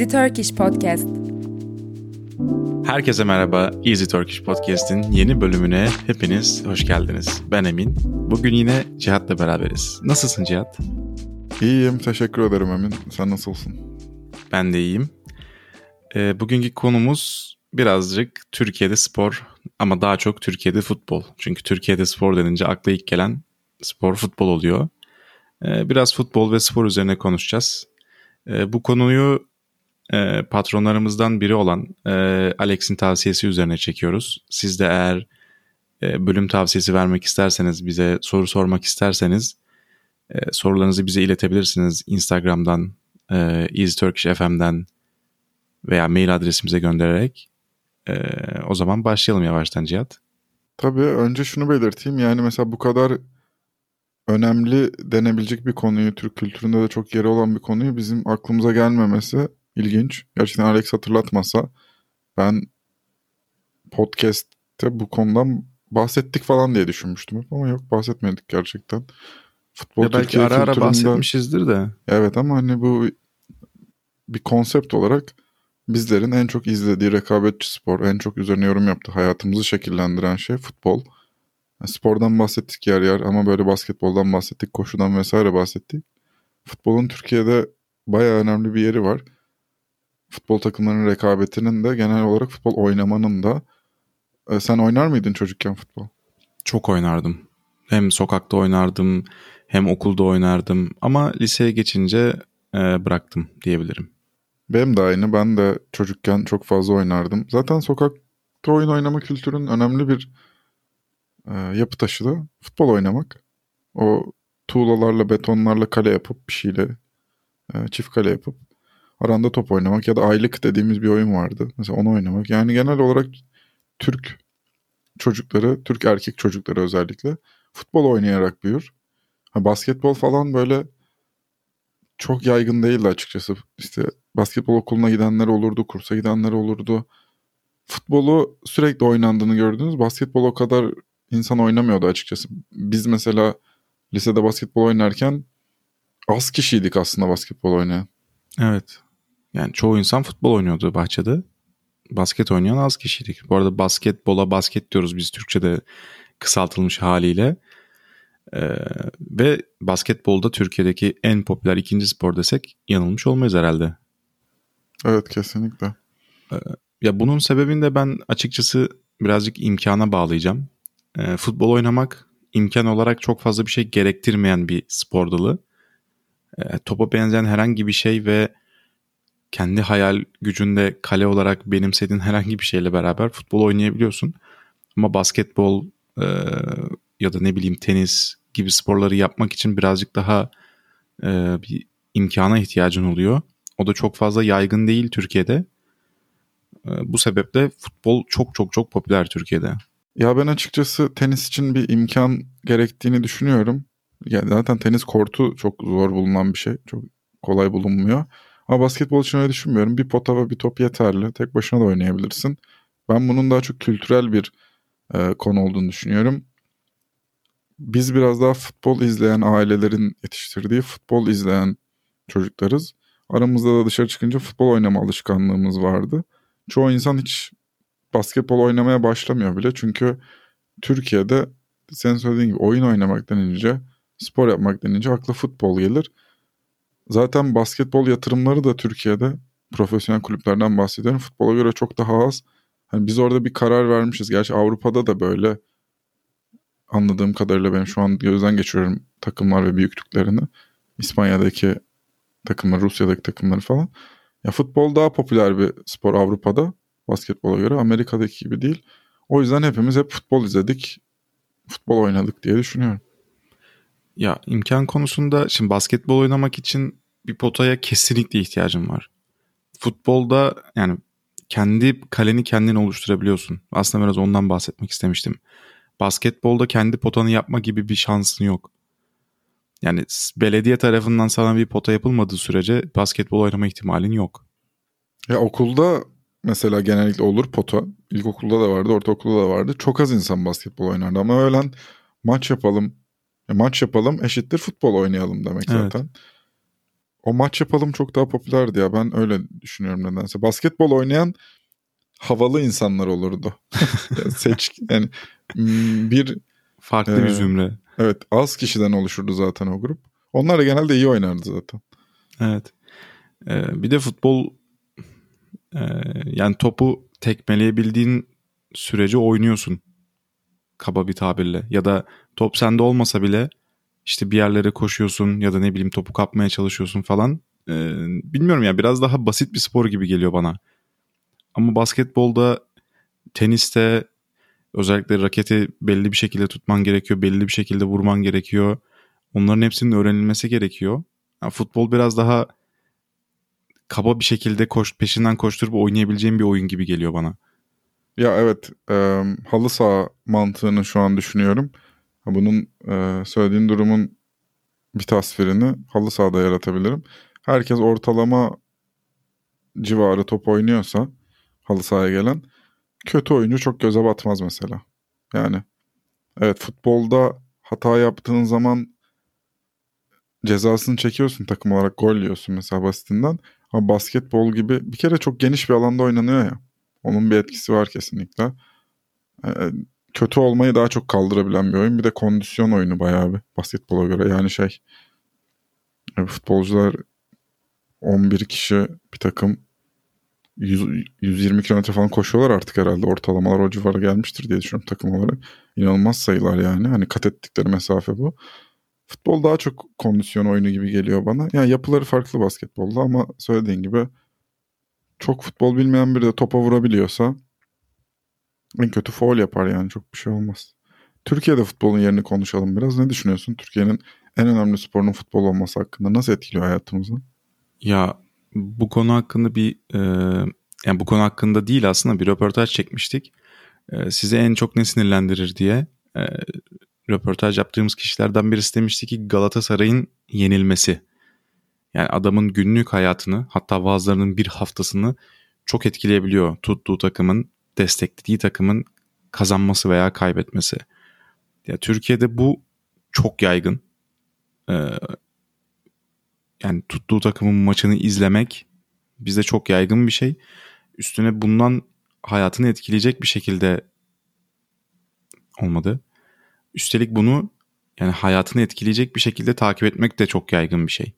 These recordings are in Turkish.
Easy Turkish Podcast. Herkese merhaba. Easy Turkish Podcast'in yeni bölümüne hepiniz hoş geldiniz. Ben Emin. Bugün yine Cihat'la beraberiz. Nasılsın Cihat? İyiyim, teşekkür ederim Emin. Sen nasılsın? Ben de iyiyim. Bugünkü konumuz birazcık Türkiye'de spor ama daha çok Türkiye'de futbol. Çünkü Türkiye'de spor denince akla ilk gelen spor futbol oluyor. Biraz futbol ve spor üzerine konuşacağız. Bu konuyu patronlarımızdan biri olan Alex'in tavsiyesi üzerine çekiyoruz. Siz de eğer bölüm tavsiyesi vermek isterseniz, bize soru sormak isterseniz sorularınızı bize iletebilirsiniz. Instagram'dan, Easy Turkish FM'den veya mail adresimize göndererek. O zaman başlayalım yavaştan Cihat. Tabii önce şunu belirteyim. Yani mesela bu kadar önemli denebilecek bir konuyu, Türk kültüründe de çok yeri olan bir konuyu bizim aklımıza gelmemesi ilginç. Gerçekten Alex hatırlatmasa ben podcast'te bu konudan bahsettik falan diye düşünmüştüm. Ama yok, bahsetmedik gerçekten. Futbol Ya belki Türkiye ara ara kültüründe... bahsetmişizdir de. Evet ama hani bu bir konsept olarak bizlerin en çok izlediği rekabetçi spor, en çok üzerine yorum yaptığı, hayatımızı şekillendiren şey futbol. Spordan bahsettik yer yer ama böyle basketboldan bahsettik, koşudan vesaire bahsettik. Futbolun Türkiye'de bayağı önemli bir yeri var. Futbol takımlarının rekabetinin de, genel olarak futbol oynamanın da. Sen oynar mıydın çocukken futbol? Çok oynardım. Hem sokakta oynardım hem okulda oynardım ama liseye geçince bıraktım diyebilirim. Benim de aynı. Ben de çocukken çok fazla oynardım. Zaten sokakta oyun oynama kültürünün önemli bir yapı taşı da futbol oynamak. O tuğlalarla, betonlarla kale yapıp bir şeyle çift kale yapıp aranda top oynamak ya da aylık dediğimiz bir oyun vardı. Mesela onu oynamak. Yani genel olarak Türk çocukları, Türk erkek çocukları özellikle futbol oynayarak büyür. Basketbol falan böyle çok yaygın değildi açıkçası. İşte basketbol okuluna gidenler olurdu, kursa gidenler olurdu. Futbolu sürekli oynandığını gördünüz. Basketbol o kadar insan oynamıyordu açıkçası. Biz mesela lisede basketbol oynarken az kişiydik aslında basketbol oynayan. Evet. Yani çoğu insan futbol oynuyordu bahçede. Basket oynayan az kişiydik. Bu arada basketbola basket diyoruz biz Türkçe'de kısaltılmış haliyle. Ve basketbolda Türkiye'deki en popüler ikinci spor desek yanılmış olmayız herhalde. Evet, kesinlikle. Ya bunun sebebini de ben açıkçası birazcık imkana bağlayacağım. Futbol oynamak imkan olarak çok fazla bir şey gerektirmeyen bir spor dalı. Topa benzeyen herhangi bir şey ve kendi hayal gücünde kale olarak benimsediğin herhangi bir şeyle beraber futbol oynayabiliyorsun. Ama basketbol ya da ne bileyim tenis gibi sporları yapmak için birazcık daha bir imkana ihtiyacın oluyor. O da çok fazla yaygın değil Türkiye'de. Bu sebeple futbol çok çok çok popüler Türkiye'de. Ya ben açıkçası tenis için bir imkan gerektiğini düşünüyorum. Yani zaten tenis kortu çok zor bulunan bir şey. Çok kolay bulunmuyor. Ama basketbol için öyle düşünmüyorum. Bir pota ve bir top yeterli. Tek başına da oynayabilirsin. Ben bunun daha çok kültürel bir konu olduğunu düşünüyorum. Biz biraz daha futbol izleyen ailelerin yetiştirdiği, futbol izleyen çocuklarız. Aramızda da dışarı çıkınca futbol oynama alışkanlığımız vardı. Çoğu insan hiç basketbol oynamaya başlamıyor bile. Çünkü Türkiye'de senin söylediğin gibi oyun oynamak denince, spor yapmak denince akla futbol gelir. Zaten basketbol yatırımları da Türkiye'de, profesyonel kulüplerden bahsediyorum, futbola göre çok daha az. Hani biz orada bir karar vermişiz. Gerçi Avrupa'da da böyle, anladığım kadarıyla ben şu an gözden geçiriyorum takımlar ve büyüklüklerini. İspanya'daki takımlar, Rusya'daki takımları falan. Ya futbol daha popüler bir spor Avrupa'da basketbola göre. Amerika'daki gibi değil. O yüzden hepimiz hep futbol izledik, futbol oynadık diye düşünüyorum. Ya imkan konusunda şimdi basketbol oynamak için bir potaya kesinlikle ihtiyacın var. Futbolda yani kendi kaleni kendin oluşturabiliyorsun. Aslında biraz ondan bahsetmek istemiştim. Basketbolda kendi potanı yapma gibi bir şansın yok. Yani belediye tarafından sana bir pota yapılmadığı sürece basketbol oynama ihtimalin yok. Ya okulda mesela genellikle olur pota. İlkokulda da vardı, ortaokulda da vardı. Çok az insan basketbol oynardı ama öğlen maç yapalım. Maç yapalım eşittir futbol oynayalım demek Evet. zaten. o maç yapalım çok daha popülerdi ya. Ben öyle düşünüyorum nedense. Basketbol oynayan havalı insanlar olurdu. Yani bir Farklı bir e, zümre. evet, az kişiden oluşurdu zaten o grup. Onlar da genelde iyi oynardı zaten. Evet. Bir de futbol, yani topu tekmeleyebildiğin sürece oynuyorsun. Kaba bir tabirle. Ya da top sende olmasa bile işte bir yerlere koşuyorsun ya da ne bileyim topu kapmaya çalışıyorsun falan. Bilmiyorum ya, biraz daha basit bir spor gibi geliyor bana. Ama basketbolda, teniste özellikle raketi belli bir şekilde tutman gerekiyor. Belli bir şekilde vurman gerekiyor. Onların hepsinin öğrenilmesi gerekiyor. Yani futbol biraz daha kaba bir şekilde peşinden koşturup oynayabileceğim bir oyun gibi geliyor bana. Ya evet, halı saha mantığını şu an düşünüyorum. Bunun söylediğin durumun bir tasvirini halı sahada yaratabilirim. Herkes ortalama civarı top oynuyorsa halı sahaya gelen kötü oyuncu çok göze batmaz mesela. Yani evet, futbolda hata yaptığın zaman cezasını çekiyorsun, takım olarak gol yiyorsun mesela basitinden. Ama basketbol gibi bir kere çok geniş bir alanda oynanıyor ya. Onun bir etkisi var kesinlikle. Ee, Kötü olmayı daha çok kaldırabilen bir oyun. Bir de kondisyon oyunu bayağı bir basketbola göre. Yani futbolcular 11 kişi bir takım 120 kilometre falan koşuyorlar artık herhalde. Ortalamalar o civara gelmiştir diye düşünüyorum takım olarak. İnanılmaz sayılar yani. Hani kat ettikleri mesafe bu. Futbol daha çok kondisyon oyunu gibi geliyor bana. Yani yapıları farklı basketbolda ama söylediğin gibi çok futbol bilmeyen biri de topa vurabiliyorsa en kötü faul yapar, yani çok bir şey olmaz. Türkiye'de futbolun yerini konuşalım biraz. Ne düşünüyorsun? Türkiye'nin en önemli sporunun futbol olması hakkında nasıl etkiliyor hayatımızı? Ya bu konu hakkında yani bu konu hakkında değil, aslında bir röportaj çekmiştik. Sizi en çok ne sinirlendirir diye. E, Röportaj yaptığımız kişilerden birisi demişti ki Galatasaray'ın yenilmesi. Yani adamın günlük hayatını, hatta bazılarının bir haftasını çok etkileyebiliyor. Tuttuğu takımın, desteklediği takımın kazanması veya kaybetmesi. Ya Türkiye'de bu çok yaygın. Ee, Yani tuttuğu takımın maçını izlemek bizde çok yaygın bir şey. Üstüne bundan hayatını etkileyecek bir şekilde olmadı. Üstelik bunu yani hayatını etkileyecek bir şekilde takip etmek de çok yaygın bir şey.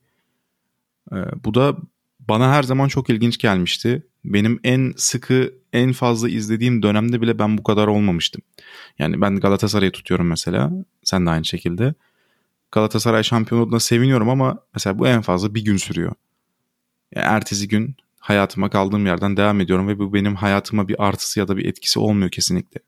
Bu da bana her zaman çok ilginç gelmişti. Benim en sıkı, en fazla izlediğim dönemde bile ben bu kadar olmamıştım. Yani ben Galatasaray'ı tutuyorum mesela. Sen de aynı şekilde. Galatasaray şampiyon olduğuna seviniyorum ama mesela bu en fazla bir gün sürüyor. Yani ertesi gün hayatıma kaldığım yerden devam ediyorum ve bu benim hayatıma bir artısı ya da bir etkisi olmuyor kesinlikle.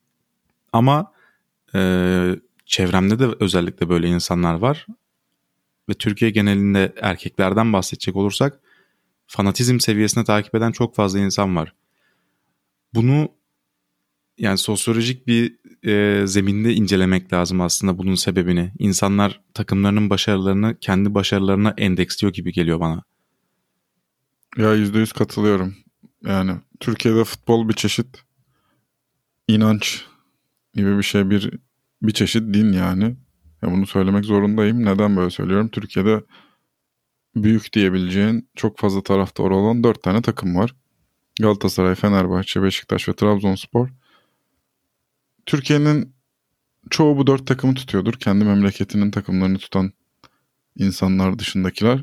Ama çevremde de özellikle böyle insanlar var. Ve Türkiye genelinde erkeklerden bahsedecek olursak fanatizm seviyesine takip eden çok fazla insan var. Bunu yani sosyolojik bir zeminde incelemek lazım aslında bunun sebebini. İnsanlar takımlarının başarılarını kendi başarılarına endeksliyor gibi geliyor bana. Ya %100 katılıyorum. Yani Türkiye'de futbol bir çeşit inanç gibi bir şey, bir çeşit din yani. Ya bunu söylemek zorundayım. Neden böyle söylüyorum? Türkiye'de büyük diyebileceğin çok fazla taraftarı olan 4 tane takım var. Galatasaray, Fenerbahçe, Beşiktaş ve Trabzonspor. Türkiye'nin çoğu bu 4 takımı tutuyordur. Kendi memleketinin takımlarını tutan insanlar dışındakiler.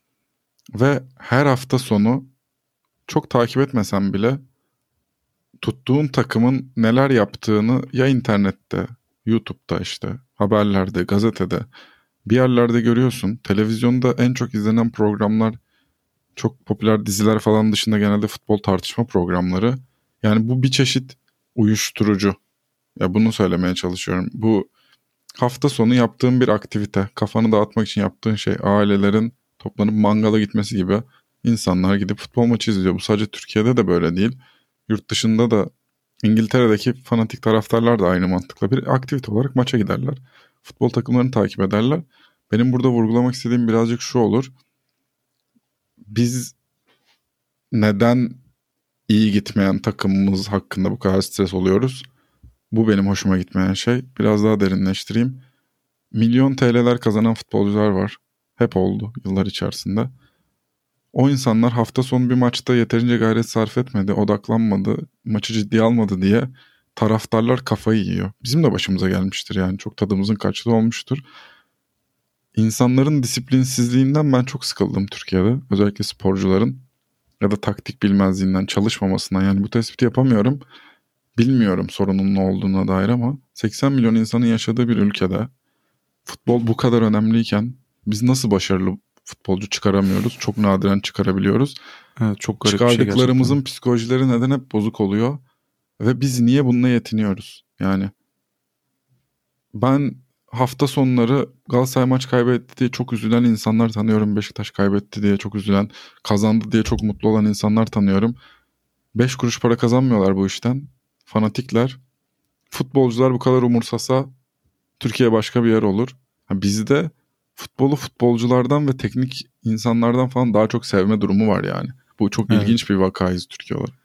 Ve her hafta sonu çok takip etmesem bile tuttuğun takımın neler yaptığını ya internette, YouTube'da, işte haberlerde, gazetede bir yerlerde görüyorsun. Televizyonda en çok izlenen programlar, çok popüler diziler falan dışında genelde futbol tartışma programları. Yani bu bir çeşit uyuşturucu. Ya bunu söylemeye çalışıyorum. Bu hafta sonu yaptığın bir aktivite, kafanı dağıtmak için yaptığın şey, ailelerin toplanıp mangala gitmesi gibi insanlar gidip futbol maçı izliyor. Bu sadece Türkiye'de de böyle değil. Yurt dışında da, İngiltere'deki fanatik taraftarlar da aynı mantıkla bir aktivite olarak maça giderler. Futbol takımlarını takip ederler. Benim burada vurgulamak istediğim birazcık şu olur. Biz neden iyi gitmeyen takımımız hakkında bu kadar stres oluyoruz? Bu benim hoşuma gitmeyen şey. Biraz daha derinleştireyim. Milyon TL'ler kazanan futbolcular var. Hep oldu yıllar içerisinde. O insanlar hafta sonu bir maçta yeterince gayret sarf etmedi, odaklanmadı, maçı ciddiye almadı diye taraftarlar kafayı yiyor. Bizim de başımıza gelmiştir yani, çok tadımızın kaçtığı olmuştur. İnsanların disiplinsizliğinden ben çok sıkıldım Türkiye'de. Özellikle sporcuların ya da taktik bilmezliğinden, çalışmamasından. Yani bu tespiti yapamıyorum. Bilmiyorum sorunun ne olduğuna dair ama 80 milyon insanın yaşadığı bir ülkede futbol bu kadar önemliyken biz nasıl başarılı futbolcu çıkaramıyoruz? Çok nadiren çıkarabiliyoruz. Evet, çok garip bir şey Çıkardıklarımızın gerçekten. psikolojileri neden hep bozuk oluyor? Ve biz niye bununla yetiniyoruz? Yani ben hafta sonları Galatasaray maç kaybetti diye çok üzülen insanlar tanıyorum. Beşiktaş kaybetti diye çok üzülen, kazandı diye çok mutlu olan insanlar tanıyorum. 5 kuruş para kazanmıyorlar bu işten. Fanatikler. Futbolcular bu kadar umursasa Türkiye başka bir yer olur. Bizde futbolu futbolculardan ve teknik insanlardan falan daha çok sevme durumu var yani. Bu çok Evet. ilginç bir vakayız Türkiye olarak.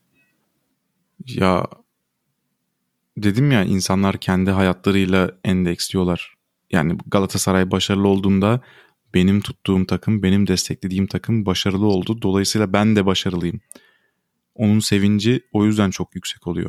Ya dedim ya, insanlar kendi hayatlarıyla endeksliyorlar. Yani Galatasaray başarılı olduğunda benim tuttuğum takım, benim desteklediğim takım başarılı oldu. Dolayısıyla ben de başarılıyım. Onun sevinci o yüzden çok yüksek oluyor.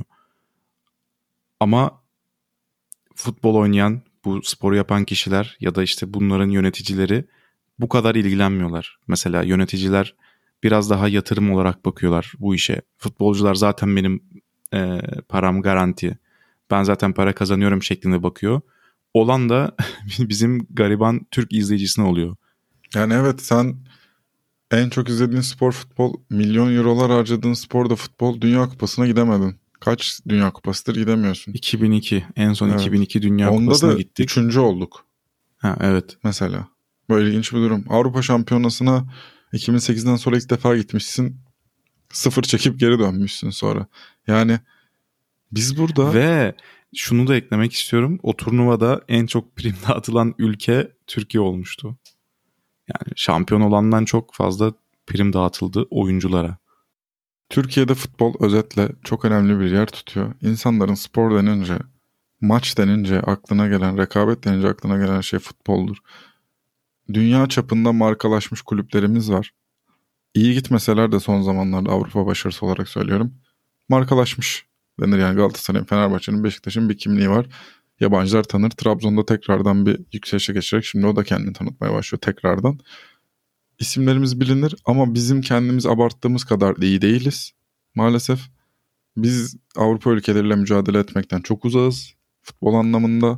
Ama futbol oynayan, bu sporu yapan kişiler ya da işte bunların yöneticileri bu kadar ilgilenmiyorlar. Mesela yöneticiler biraz daha yatırım olarak bakıyorlar bu işe. Futbolcular zaten benim param garanti. Ben zaten para kazanıyorum şeklinde bakıyor. Olan da bizim gariban Türk izleyicisine oluyor. Yani evet, sen en çok izlediğin spor futbol, milyon eurolar harcadığın spor da futbol, Dünya Kupası'na gidemedin. Kaç Dünya Kupası'dır gidemiyorsun. 2002, en son Evet. 2002 Dünya Onda Kupası'na da gittik. 3. olduk. Ha, evet. Mesela. Böyle ilginç bir durum. Avrupa Şampiyonası'na 2008'den sonra ilk defa gitmişsin. 0 çekip geri dönmüşsün sonra. Yani biz burada... Ve şunu da eklemek istiyorum. O turnuvada en çok prim dağıtılan ülke Türkiye olmuştu. Yani şampiyon olandan çok fazla prim dağıtıldı oyunculara. Türkiye'de futbol özetle çok önemli bir yer tutuyor. İnsanların spor denince, maç denince aklına gelen, rekabet denince aklına gelen şey futboldur. Dünya çapında markalaşmış kulüplerimiz var. İyi gitmeseler de son zamanlarda, Avrupa başarısı olarak söylüyorum, markalaşmış denir yani. Galatasaray'ın, Fenerbahçe'nin, Beşiktaş'ın bir kimliği var. Yabancılar tanır. Trabzon'da tekrardan bir yükselişe geçerek şimdi o da kendini tanıtmaya başlıyor tekrardan. İsimlerimiz bilinir ama bizim kendimiz abarttığımız kadar da iyi değiliz. Maalesef biz Avrupa ülkeleriyle mücadele etmekten çok uzağız futbol anlamında.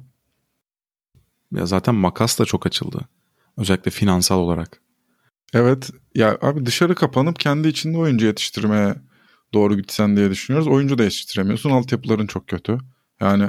Ya zaten makas da çok açıldı. Özellikle finansal olarak. Evet ya abi, dışarı kapanıp kendi içinde oyuncu yetiştirmeye doğru gitsen diye düşünüyoruz. Oyuncu da yetiştiremiyorsun. Altyapıların çok kötü. Yani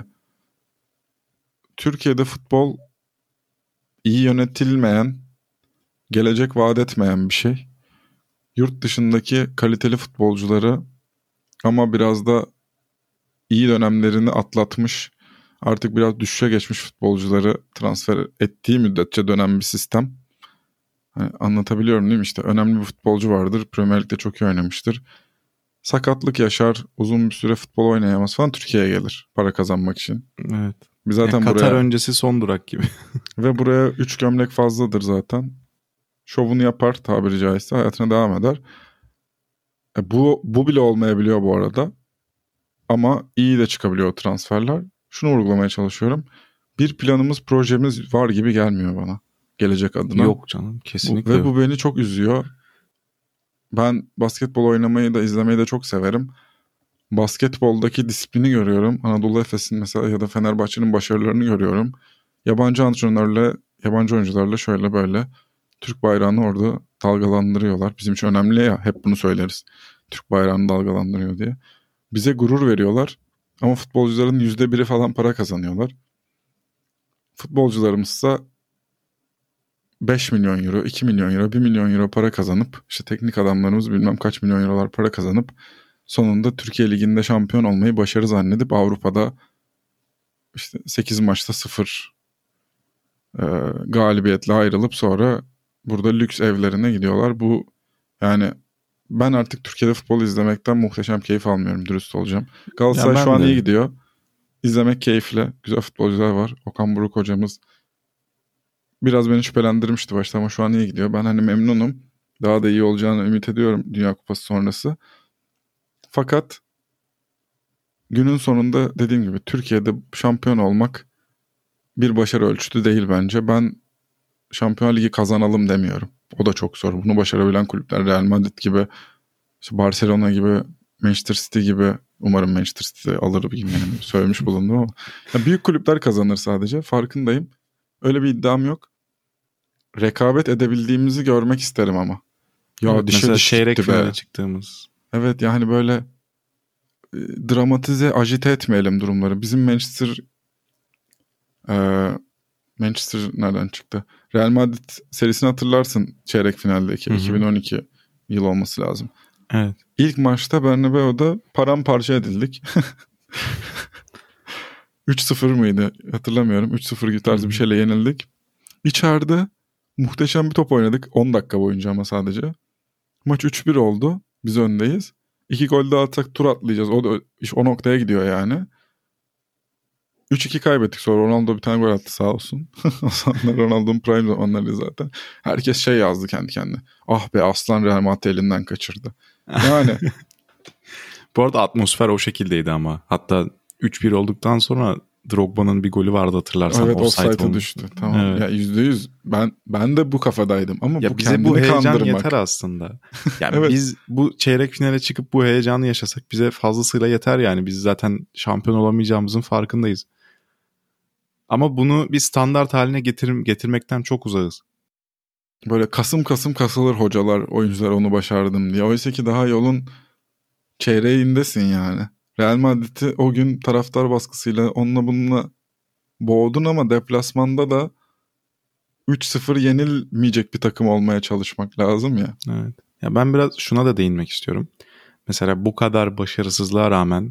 Türkiye'de futbol iyi yönetilmeyen, gelecek vaat etmeyen bir şey. Yurt dışındaki kaliteli futbolcuları ama biraz da iyi dönemlerini atlatmış, artık biraz düşüşe geçmiş futbolcuları transfer ettiği müddetçe dönen bir sistem. Yani anlatabiliyorum değil mi? İşte önemli bir futbolcu vardır, Premier Lig'de çok iyi oynamıştır. Sakatlık yaşar, uzun bir süre futbol oynayamaz falan, Türkiye'ye gelir para kazanmak için. Evet. Biz zaten Katar buraya öncesi son durak gibi. ve buraya 3 gömlek fazladır zaten. Şovunu yapar tabiri caizse, hayatına devam eder. Bu bile olmayabiliyor bu arada. Ama iyi de çıkabiliyor o transferler. Şunu vurgulamaya çalışıyorum. Bir planımız, projemiz var gibi gelmiyor bana gelecek adına. Yok canım, kesinlikle Ve yok. bu beni çok üzüyor. Ben basketbol oynamayı da izlemeyi de çok severim. Basketboldaki disiplini görüyorum. Anadolu Efes'in mesela ya da Fenerbahçe'nin başarılarını görüyorum. Yabancı antrenörle, yabancı oyuncularla şöyle böyle Türk bayrağını orada dalgalandırıyorlar. Bizim için önemli ya, hep bunu söyleriz. Türk bayrağını dalgalandırıyor diye. Bize gurur veriyorlar. Ama futbolcuların %1'i falan para kazanıyorlar. Futbolcularımızsa 5 milyon euro, 2 milyon euro, 1 milyon euro para kazanıp, işte teknik adamlarımız bilmem kaç milyon eurolar para kazanıp sonunda Türkiye Ligi'nde şampiyon olmayı başarı zannedip Avrupa'da işte 8 maçta 0 galibiyetle ayrılıp sonra burada lüks evlerine gidiyorlar. Bu yani, ben artık Türkiye'de futbol izlemekten muhteşem keyif almıyorum, dürüst olacağım. Galatasaray Ya şu ben an de. iyi gidiyor. İzlemek keyifli. Güzel futbolcular var. Okan Buruk hocamız biraz beni şüphelendirmişti başta ama şu an iyi gidiyor. Ben hani memnunum. Daha da iyi olacağını ümit ediyorum Dünya Kupası sonrası. Fakat günün sonunda dediğim gibi Türkiye'de şampiyon olmak bir başarı ölçütü değil bence. Ben Şampiyonlar Ligi kazanalım demiyorum. O da çok zor. Bunu başarabilen kulüpler Real Madrid gibi, işte Barcelona gibi, Manchester City gibi. Umarım Manchester City alır bir gün, yani söylemiş bulundum ama. Ya büyük kulüpler kazanır sadece. Farkındayım. Öyle bir iddiam yok. Rekabet edebildiğimizi görmek isterim ama. Ya Evet, dişe mesela diş çeyrek gitti be. finale çıktığımız. Evet yani böyle dramatize, agite etmeyelim durumları. Bizim e, Manchester nereden çıktı? Real Madrid serisini hatırlarsın, çeyrek finaldeki. 2012 yıl olması lazım. Evet. İlk maçta Bernabeu'da paramparça edildik. 3-0 mıydı? Hatırlamıyorum. 3-0 tarzı bir şeyle yenildik. İçeride muhteşem bir top oynadık. 10 dakika boyunca ama sadece. Maç 3-1 oldu. Biz öndeyiz. 2 gol daha atsak tur atlayacağız. O da iş o noktaya gidiyor yani. 3-2 kaybettik, sonra Ronaldo bir tane gol attı sağ olsun. O zamanlar Ronaldo'nun prime zamanları zaten. Herkes şey yazdı kendi kendine. Ah be, aslan Real Madrid elinden kaçırdı. Yani Bu arada atmosfer o şekildeydi ama. Hatta 3-1 olduktan sonra Drogba'nın bir golü vardı, hatırlarsan. evet, offside'a olmuş. düştü. Tamam. Evet. Ya %100 ben de bu kafadaydım ama Ya bu bize kendini bu heyecan kandırmak. yeter aslında. Yani Evet. biz bu çeyrek finale çıkıp bu heyecanı yaşasak bize fazlasıyla yeter yani. Biz zaten şampiyon olamayacağımızın farkındayız. Ama bunu bir standart haline getirmekten çok uzağız. Böyle kasım kasım kasılır hocalar, oyuncular onu başardım diye. Oysa ki daha yolun çeyreğindesin yani. Real Madrid'i o gün taraftar baskısıyla onunla bununla boğdun ama deplasmanda da 3-0 yenilmeyecek bir takım olmaya çalışmak lazım ya. Evet. Ya ben biraz şuna da değinmek istiyorum. Mesela bu kadar başarısızlığa rağmen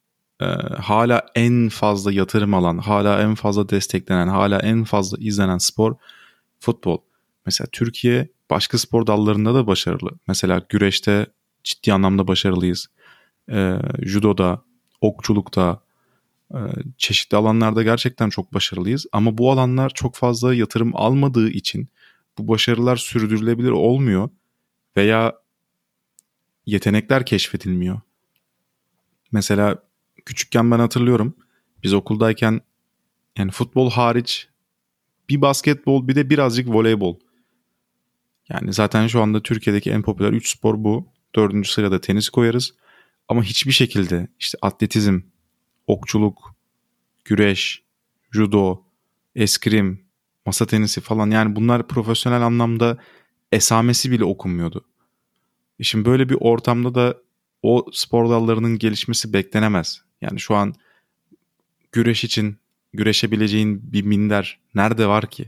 hala en fazla yatırım alan, hala en fazla desteklenen, hala en fazla izlenen spor futbol. Mesela Türkiye başka spor dallarında da başarılı. Mesela güreşte ciddi anlamda başarılıyız. Judoda, okçulukta, çeşitli alanlarda gerçekten çok başarılıyız. Ama bu alanlar çok fazla yatırım almadığı için bu başarılar sürdürülebilir olmuyor veya yetenekler keşfedilmiyor. Mesela küçükken ben hatırlıyorum, biz okuldayken yani futbol hariç bir basketbol, bir de birazcık voleybol. Yani zaten şu anda Türkiye'deki en popüler 3 spor bu. 4. sırada tenis koyarız. Ama hiçbir şekilde işte atletizm, okçuluk, güreş, judo, eskrim, masa tenisi falan, yani bunlar profesyonel anlamda esamesi bile okunmuyordu. Şimdi böyle bir ortamda da o spor dallarının gelişmesi beklenemez. Yani şu an güreş için güreşebileceğin bir minder nerede var ki?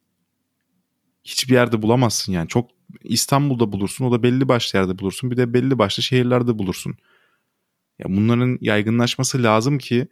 Hiçbir yerde bulamazsın yani. Çok İstanbul'da bulursun, o da belli başlı yerde bulursun. Bir de belli başlı şehirlerde bulursun. Ya bunların yaygınlaşması lazım ki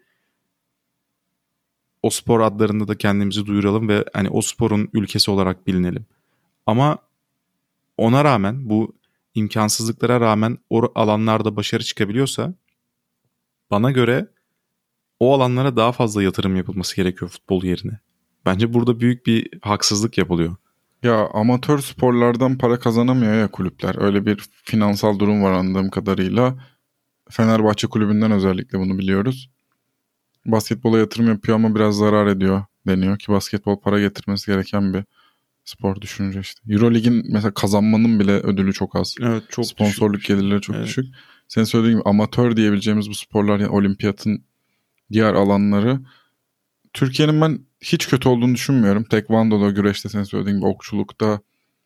o spor adlarında da kendimizi duyuralım ve hani o sporun ülkesi olarak bilinelim. Ama ona rağmen, bu imkansızlıklara rağmen o alanlarda başarı çıkabiliyorsa, bana göre o alanlara daha fazla yatırım yapılması gerekiyor futbol yerine. Bence burada büyük bir haksızlık yapılıyor. Ya amatör sporlardan para kazanamıyor ya kulüpler. Öyle bir finansal durum var anladığım kadarıyla. Fenerbahçe kulübünden özellikle bunu biliyoruz. Basketbola yatırım yapıyor ama biraz zarar ediyor deniyor ki basketbol para getirmesi gereken bir spor düşününce işte. Eurolig'in mesela kazanmanın bile ödülü çok az. Evet, çok sponsorluk düşük. gelirleri çok Evet. düşük. Senin söylediğin gibi amatör diyebileceğimiz bu sporlar, yani olimpiyatın diğer alanları, Türkiye'nin ben hiç kötü olduğunu düşünmüyorum. Tekvando'da, güreşte, senin söylediğin gibi okçulukta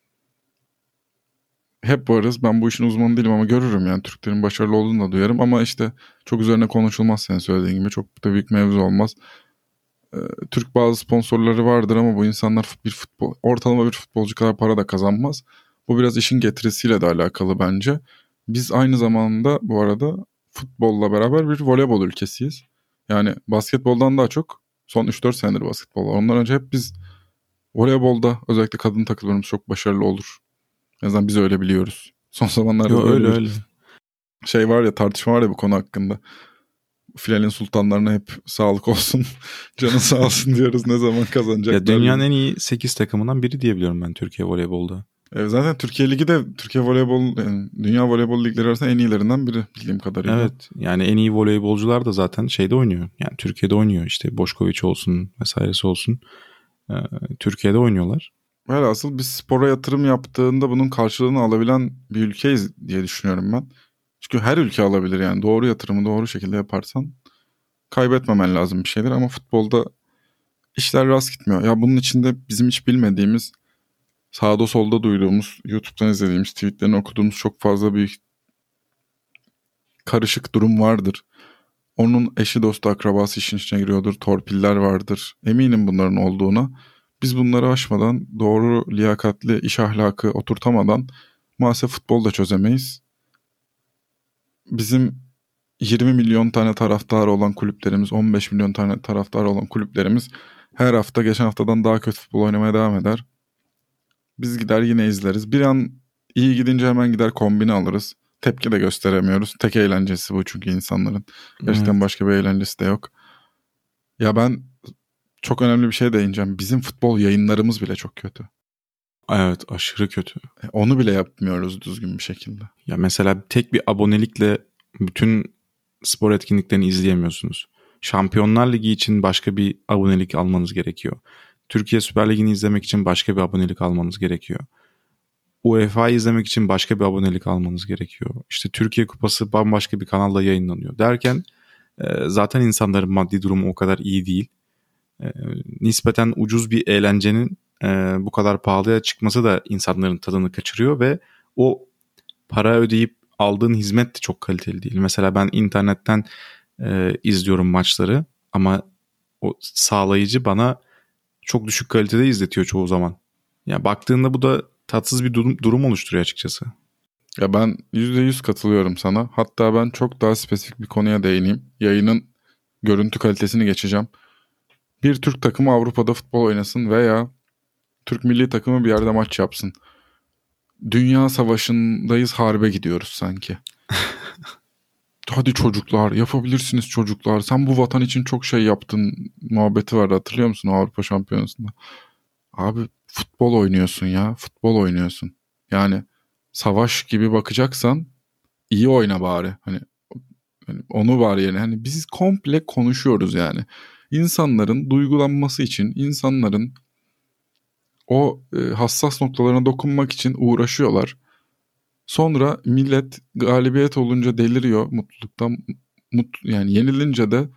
hep varız. Ben bu işin uzmanı değilim ama görürüm yani. Türklerin başarılı olduğunu da duyarım ama işte çok üzerine konuşulmaz senin söylediğin gibi. Çok da büyük mevzu olmaz. Türk bazı sponsorları vardır ama bu insanlar ortalama bir futbolcu kadar para da kazanmaz. Bu biraz işin getirisiyle de alakalı bence. Biz aynı zamanda bu arada futbolla beraber bir voleybol ülkesiyiz. Yani basketboldan daha çok son 3-4 senedir basketbol var. Ondan önce hep biz voleybolda, özellikle kadın takımlarımız çok başarılı olur. En azından biz öyle biliyoruz. Son zamanlarda Yo, böyle öyle bir öyle. şey var ya, tartışma var ya bu konu hakkında. finalin sultanlarına hep sağlık olsun, canı sağ olsun diyoruz. Ne zaman kazanacaklar? Ya dünyanın en iyi 8 takımından biri diyebiliyorum ben Türkiye voleybolda. Zaten Türkiye Ligi de Türkiye voleybol, yani dünya voleybol ligleri arasında en iyilerinden biri bildiğim kadarıyla. Evet, yani en iyi voleybolcular da zaten şeyde oynuyor. Yani Türkiye'de oynuyor, işte Boşkoviç olsun vesairesi olsun. Türkiye'de oynuyorlar. Velhasıl biz spora yatırım yaptığında bunun karşılığını alabilen bir ülkeyiz diye düşünüyorum ben. Çünkü her ülke alabilir, yani doğru yatırımı doğru şekilde yaparsan kaybetmemen lazım bir şeyler, ama futbolda işler rast gitmiyor. Ya bunun içinde bizim hiç bilmediğimiz, sağda solda duyduğumuz, YouTube'dan izlediğimiz, tweetlerini okuduğumuz çok fazla bir karışık durum vardır. Onun eşi dostu akrabası işin içine giriyordur. Torpiller vardır. Eminim bunların olduğuna. Biz bunları aşmadan, doğru liyakatli iş ahlakı oturtamadan maalesef futbolu da çözemeyiz. Bizim 20 milyon tane taraftarı olan kulüplerimiz, 15 milyon tane taraftarı olan kulüplerimiz her hafta geçen haftadan daha kötü futbol oynamaya devam eder. Biz gider yine izleriz. Bir an iyi gidince hemen gider kombine alırız. Tepki de gösteremiyoruz. Tek eğlencesi bu çünkü insanların. Gerçekten Evet. başka bir eğlencesi de yok. Ya ben çok önemli bir şey değineceğim. Bizim futbol yayınlarımız bile çok kötü. Evet, aşırı kötü. Onu bile yapmıyoruz düzgün bir şekilde. Ya mesela tek bir abonelikle bütün spor etkinliklerini izleyemiyorsunuz. Şampiyonlar Ligi için başka bir abonelik almanız gerekiyor. Türkiye Süper Ligi'ni izlemek için başka bir abonelik almanız gerekiyor. UEFA'yı izlemek için başka bir abonelik almanız gerekiyor. İşte Türkiye Kupası bambaşka bir kanalda yayınlanıyor derken zaten insanların maddi durumu o kadar iyi değil. Nispeten ucuz bir eğlencenin bu kadar pahalıya çıkması da insanların tadını kaçırıyor ve o para ödeyip aldığın hizmet de çok kaliteli değil. Mesela ben internetten izliyorum maçları ama o sağlayıcı bana çok düşük kalitede izletiyor çoğu zaman. Ya baktığında bu da tatsız bir durum oluşturuyor açıkçası. Ya ben %100 katılıyorum sana. Hatta ben çok daha spesifik bir konuya değineyim. Yayının görüntü kalitesini geçeceğim. Bir Türk takımı Avrupa'da futbol oynasın veya Türk milli takımı bir yerde maç yapsın. Dünya savaşındayız, harbe gidiyoruz sanki. Hadi çocuklar, yapabilirsiniz çocuklar. Sen bu vatan için çok şey yaptın muhabbeti var, hatırlıyor musun Avrupa Şampiyonası'nda? Abi futbol oynuyorsun ya, futbol oynuyorsun. Yani savaş gibi bakacaksan iyi oyna bari. Hani onu var yani. Hani biz komple konuşuyoruz yani. İnsanların duygulanması için, insanların o hassas noktalarına dokunmak için uğraşıyorlar. Sonra millet galibiyet olunca deliriyor mutluluktan. Yani yenilince de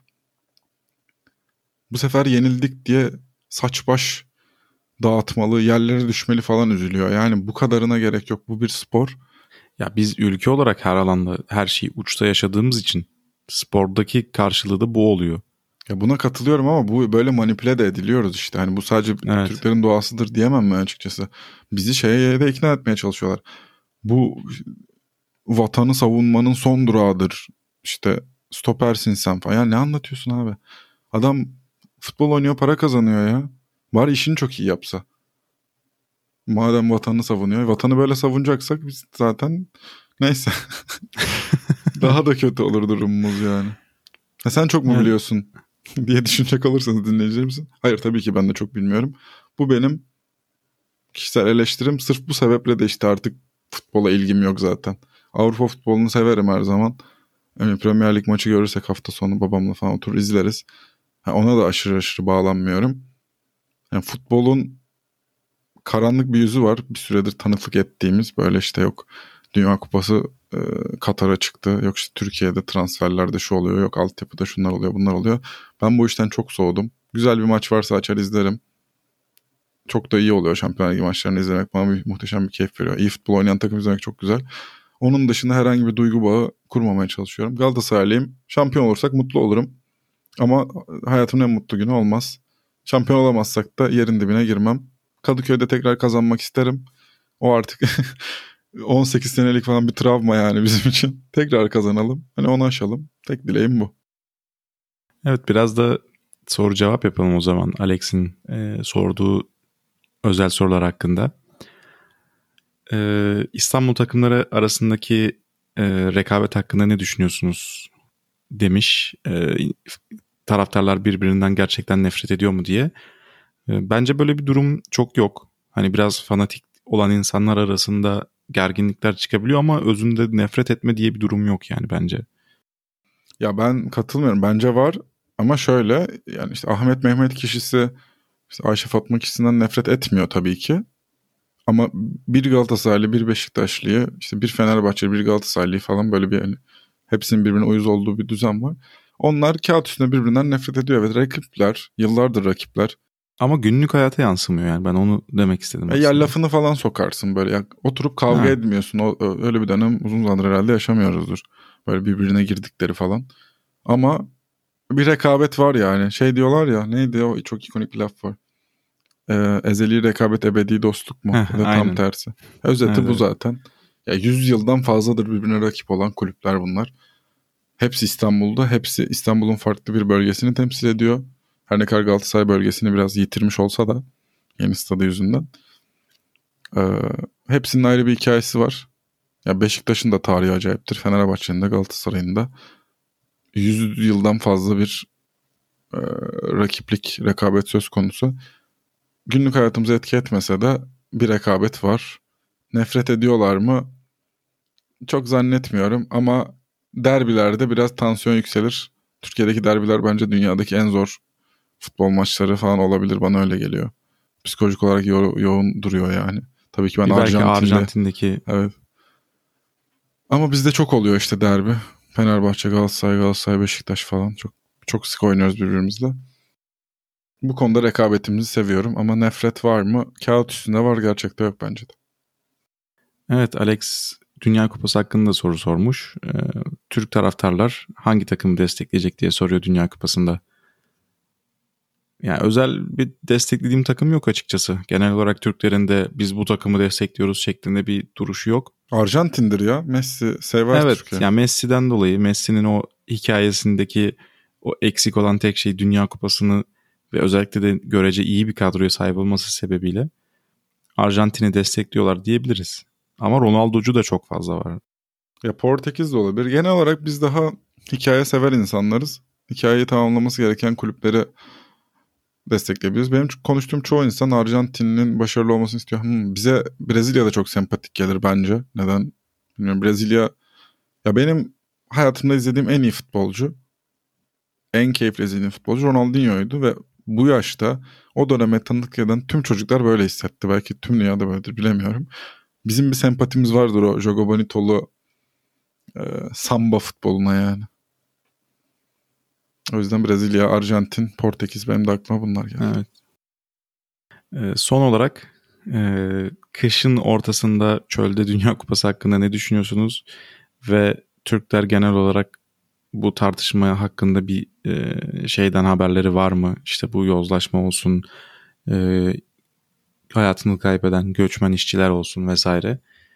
bu sefer yenildik diye saç baş dağıtmalı, yerlere düşmeli falan üzülüyor. Yani bu kadarına gerek yok. Bu bir spor. Ya biz ülke olarak her alanda her şeyi uçta yaşadığımız için spordaki karşılığı da bu oluyor. Ya buna katılıyorum ama bu böyle manipüle de ediliyoruz işte. Hani bu sadece Evet. Türklerin doğasıdır diyemem ben açıkçası. Bizi şeye de ikna etmeye çalışıyorlar. Bu vatanı savunmanın son durağıdır. İşte stopersin sen falan. Ya ne anlatıyorsun abi? Adam futbol oynuyor, para kazanıyor ya. Bari işini çok iyi yapsa. Madem vatanı savunuyor. Vatanı böyle savunacaksak biz zaten neyse. Daha da kötü olur durumumuz yani. Sen çok mu biliyorsun diye düşünecek olursanız dinleyeceğimizin. Hayır, tabii ki ben de çok bilmiyorum. Bu benim kişisel eleştirim. Sırf bu sebeple de işte artık futbola ilgim yok zaten. Avrupa futbolunu severim her zaman. Yani Premier Lig maçı görürsek hafta sonu babamla falan oturur izleriz. Ona da aşırı bağlanmıyorum. Yani futbolun karanlık bir yüzü var. Bir süredir tanıklık ettiğimiz, böyle işte yok Dünya Kupası Katar'a çıktı. Yok işte Türkiye'de transferlerde şu oluyor. Yok altyapıda şunlar oluyor, bunlar oluyor. Ben bu işten çok soğudum. Güzel bir maç varsa açar izlerim. Çok da iyi oluyor Şampiyonlar Ligi maçlarını izlemek. Bana muhteşem bir keyif veriyor. İyi futbol oynayan takım izlemek çok güzel. Onun dışında herhangi bir duygu bağı kurmamaya çalışıyorum. Galatasaraylıyım. Şampiyon olursak mutlu olurum. Ama hayatımın en mutlu günü olmaz. Şampiyon olamazsak da yerin dibine girmem. Kadıköy'de tekrar kazanmak isterim. O artık 18 senelik falan bir travma yani bizim için. Tekrar kazanalım. Hani onu aşalım. Tek dileğim bu. Evet, biraz da soru cevap yapalım o zaman. Alex'in sorduğu özel sorular hakkında. İstanbul takımları arasındaki rekabet hakkında ne düşünüyorsunuz? demiş. Taraftarlar birbirinden gerçekten nefret ediyor mu diye. Bence böyle bir durum çok yok. Hani biraz fanatik olan insanlar arasında gerginlikler çıkabiliyor ama özünde nefret etme diye bir durum yok yani bence. Ya ben katılmıyorum. Bence var ama şöyle, yani işte Ahmet Mehmet kişisi işte Ayşe Fatma kişisinden nefret etmiyor tabii ki. Ama bir Galatasaraylı, bir Beşiktaşlı'yı, işte bir Fenerbahçeli, bir Galatasaraylı falan, böyle bir hani hepsinin birbirine uyuz olduğu bir düzen var. Onlar kağıt üstünde birbirinden nefret ediyor. Evet, rakipler, yıllardır rakipler. Ama günlük hayata yansımıyor yani, ben onu demek istedim Ya aslında. lafını falan sokarsın böyle. Ya oturup kavga Ha, etmiyorsun. Öyle bir dönem uzun zamandır herhalde yaşamıyoruzdur. Böyle birbirine girdikleri falan. Ama bir rekabet var yani. Şey diyorlar ya, neydi o çok ikonik bir laf var. Ezeli rekabet, ebedi dostluk mu? Ya da tam aynen. tersi. Özeti Evet, bu evet. zaten. Ya 100 yıldan fazladır birbirine rakip olan kulüpler bunlar. Hepsi İstanbul'da. Hepsi İstanbul'un farklı bir bölgesini temsil ediyor. Her ne kadar Galatasaray bölgesini biraz yitirmiş olsa da yeni stadı yüzünden. Ee, Hepsinin ayrı bir hikayesi var. Ya Beşiktaş'ın da tarihi acayiptir. Fenerbahçe'nin de Galatasaray'ın da. 100 yıldan fazla bir e, rakiplik, rekabet söz konusu. Günlük hayatımıza etki etmese de bir rekabet var. Nefret ediyorlar mı? Çok zannetmiyorum ama derbilerde biraz tansiyon yükselir. Türkiye'deki derbiler bence dünyadaki en zor futbol maçları falan olabilir, bana öyle geliyor. Psikolojik olarak yoğun duruyor yani. Tabii ki ben Bir belki Arjantin'de, Arjantin'deki evet. Ama bizde çok oluyor işte derbi. Fenerbahçe, Galatasaray, Galatasaray, Beşiktaş falan çok çok sık oynuyoruz birbirimizle. Bu konuda rekabetimizi seviyorum ama nefret var mı? Kağıt üstünde var, gerçekte yok bence de. evet, Alex Dünya Kupası hakkında soru sormuş. Türk taraftarlar hangi takımı destekleyecek diye soruyor Dünya Kupası'nda. Yani özel bir desteklediğim takım yok açıkçası. Genel olarak Türklerin de biz bu takımı destekliyoruz şeklinde bir duruşu yok. Arjantin'dir ya. Messi sever Evet, Türkiye. yani Messi'den dolayı, Messi'nin o hikayesindeki o eksik olan tek şey Dünya Kupası'nı ve özellikle de görece iyi bir kadroya sahip olması sebebiyle Arjantin'i destekliyorlar diyebiliriz. Ama Ronaldo'cu da çok fazla var. Ya Portekiz de olabilir. Genel olarak biz daha hikaye sever insanlarız. Hikayeyi tamamlaması gereken kulüpleri destekleyebiliriz. Benim konuştuğum çoğu insan Arjantin'in başarılı olmasını istiyor. Bize Brezilya da çok sempatik gelir bence. Neden? Bilmiyorum. Brezilya, ya benim hayatımda izlediğim en iyi futbolcu, en keyifli izlediğim futbolcu Ronaldinho'ydu ve bu yaşta o döneme tanıklık eden tüm çocuklar böyle hissetti. Belki tüm dünyada böyledir, bilemiyorum. Bizim bir sempatimiz vardır o Jogo Bonito'lu samba futboluna yani. O yüzden Brezilya, Arjantin, Portekiz, benim de aklıma bunlar geldi. Evet. Son olarak kışın ortasında çölde Dünya Kupası hakkında ne düşünüyorsunuz? Ve Türkler genel olarak bu tartışma hakkında bir şeyden haberleri var mı? İşte bu yozlaşma olsun, e, hayatını kaybeden göçmen işçiler olsun vesaire.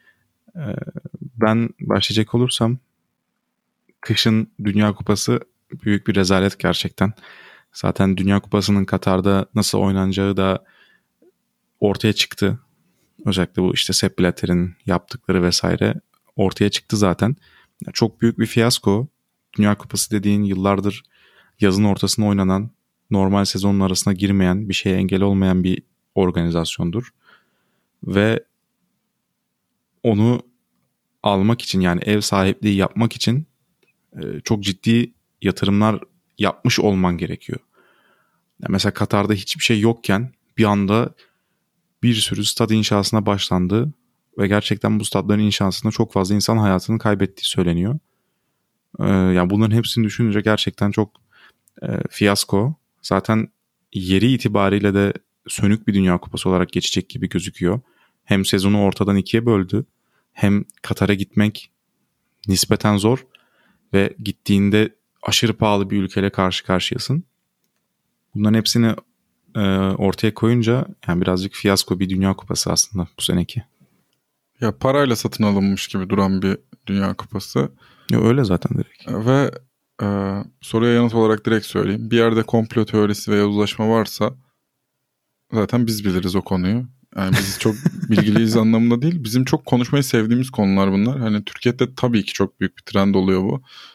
Ben başlayacak olursam kışın Dünya Kupası büyük bir rezalet gerçekten. Zaten Dünya Kupası'nın Katar'da nasıl oynanacağı da ortaya çıktı. Özellikle bu işte Sepp Blatter'in yaptıkları vesaire ortaya çıktı zaten. Çok büyük bir fiyasko. Dünya Kupası dediğin yıllardır yazın ortasına oynanan, normal sezonun arasına girmeyen, bir şeye engel olmayan bir organizasyondur. Ve onu almak için, yani ev sahipliği yapmak için çok ciddi yatırımlar yapmış olman gerekiyor. Yani mesela Katar'da hiçbir şey yokken bir anda bir sürü stad inşasına başlandı ve gerçekten bu stadların inşasında çok fazla insan hayatını kaybettiği söyleniyor. Yani bunların hepsini düşününce gerçekten çok fiyasko. Zaten yeri itibariyle de sönük bir Dünya Kupası olarak geçecek gibi gözüküyor. Hem sezonu ortadan ikiye böldü, hem Katar'a gitmek nispeten zor ve gittiğinde aşırı pahalı bir ülkeyle karşı karşıyasın. Bunların hepsini ortaya koyunca yani birazcık fiyasko bir Dünya Kupası aslında bu seneki. Ya parayla satın alınmış gibi duran bir Dünya Kupası. Ya öyle zaten direkt. Ve soruya yanıt olarak direkt söyleyeyim. Bir yerde komplo teorisi veya uzlaşma varsa zaten biz biliriz o konuyu. Yani biz çok bilgiliyiz anlamında değil. Bizim çok konuşmayı sevdiğimiz konular bunlar. Hani Türkiye'de tabii ki çok büyük bir trend oluyor bu.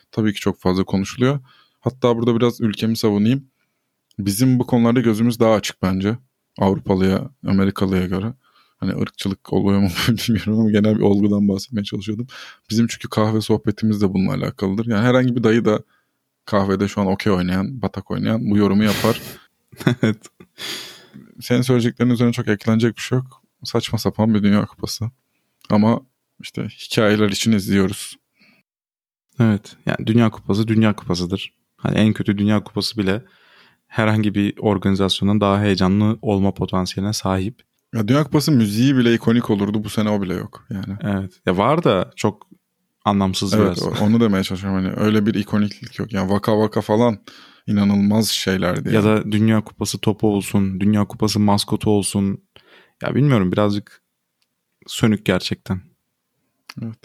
tabii ki çok fazla konuşuluyor. Hatta burada biraz ülkemi savunayım. Bizim bu konularda gözümüz daha açık bence. Avrupalıya, Amerikalıya göre. Hani ırkçılık oluyor mu bilmiyorum ama genel bir olgudan bahsetmeye çalışıyordum. Bizim çünkü kahve sohbetimiz de bununla alakalıdır. Yani herhangi bir dayı da kahvede şu an okey oynayan, batak oynayan bu yorumu yapar. Evet. Senin söyleyeceklerin üzerine çok eklenecek bir şey yok. Saçma sapan bir Dünya Kupası. Ama işte hikayeler için izliyoruz. Evet. Yani Dünya Kupası Dünya Kupası'dır. Hani en kötü Dünya Kupası bile herhangi bir organizasyondan daha heyecanlı olma potansiyeline sahip. Ya Dünya Kupası müziği bile ikonik olurdu. Bu sene o bile yok yani. Evet. Ya var da çok anlamsız Evet, biraz. onu demeye çalışıyorum. Hani öyle bir ikoniklik yok. Yani Vaka Vaka falan inanılmaz şeylerdi. Ya da Dünya Kupası topu olsun, Dünya Kupası maskotu olsun. Ya bilmiyorum, birazcık sönük gerçekten. Evet.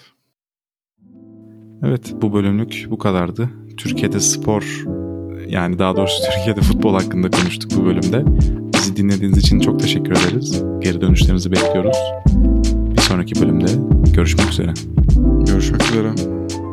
Evet, bu bölümlük bu kadardı. Türkiye'de spor, yani daha doğrusu Türkiye'de futbol hakkında konuştuk bu bölümde. Bizi dinlediğiniz için çok teşekkür ederiz. Geri dönüşlerinizi bekliyoruz. Bir sonraki bölümde görüşmek üzere. Görüşmek üzere.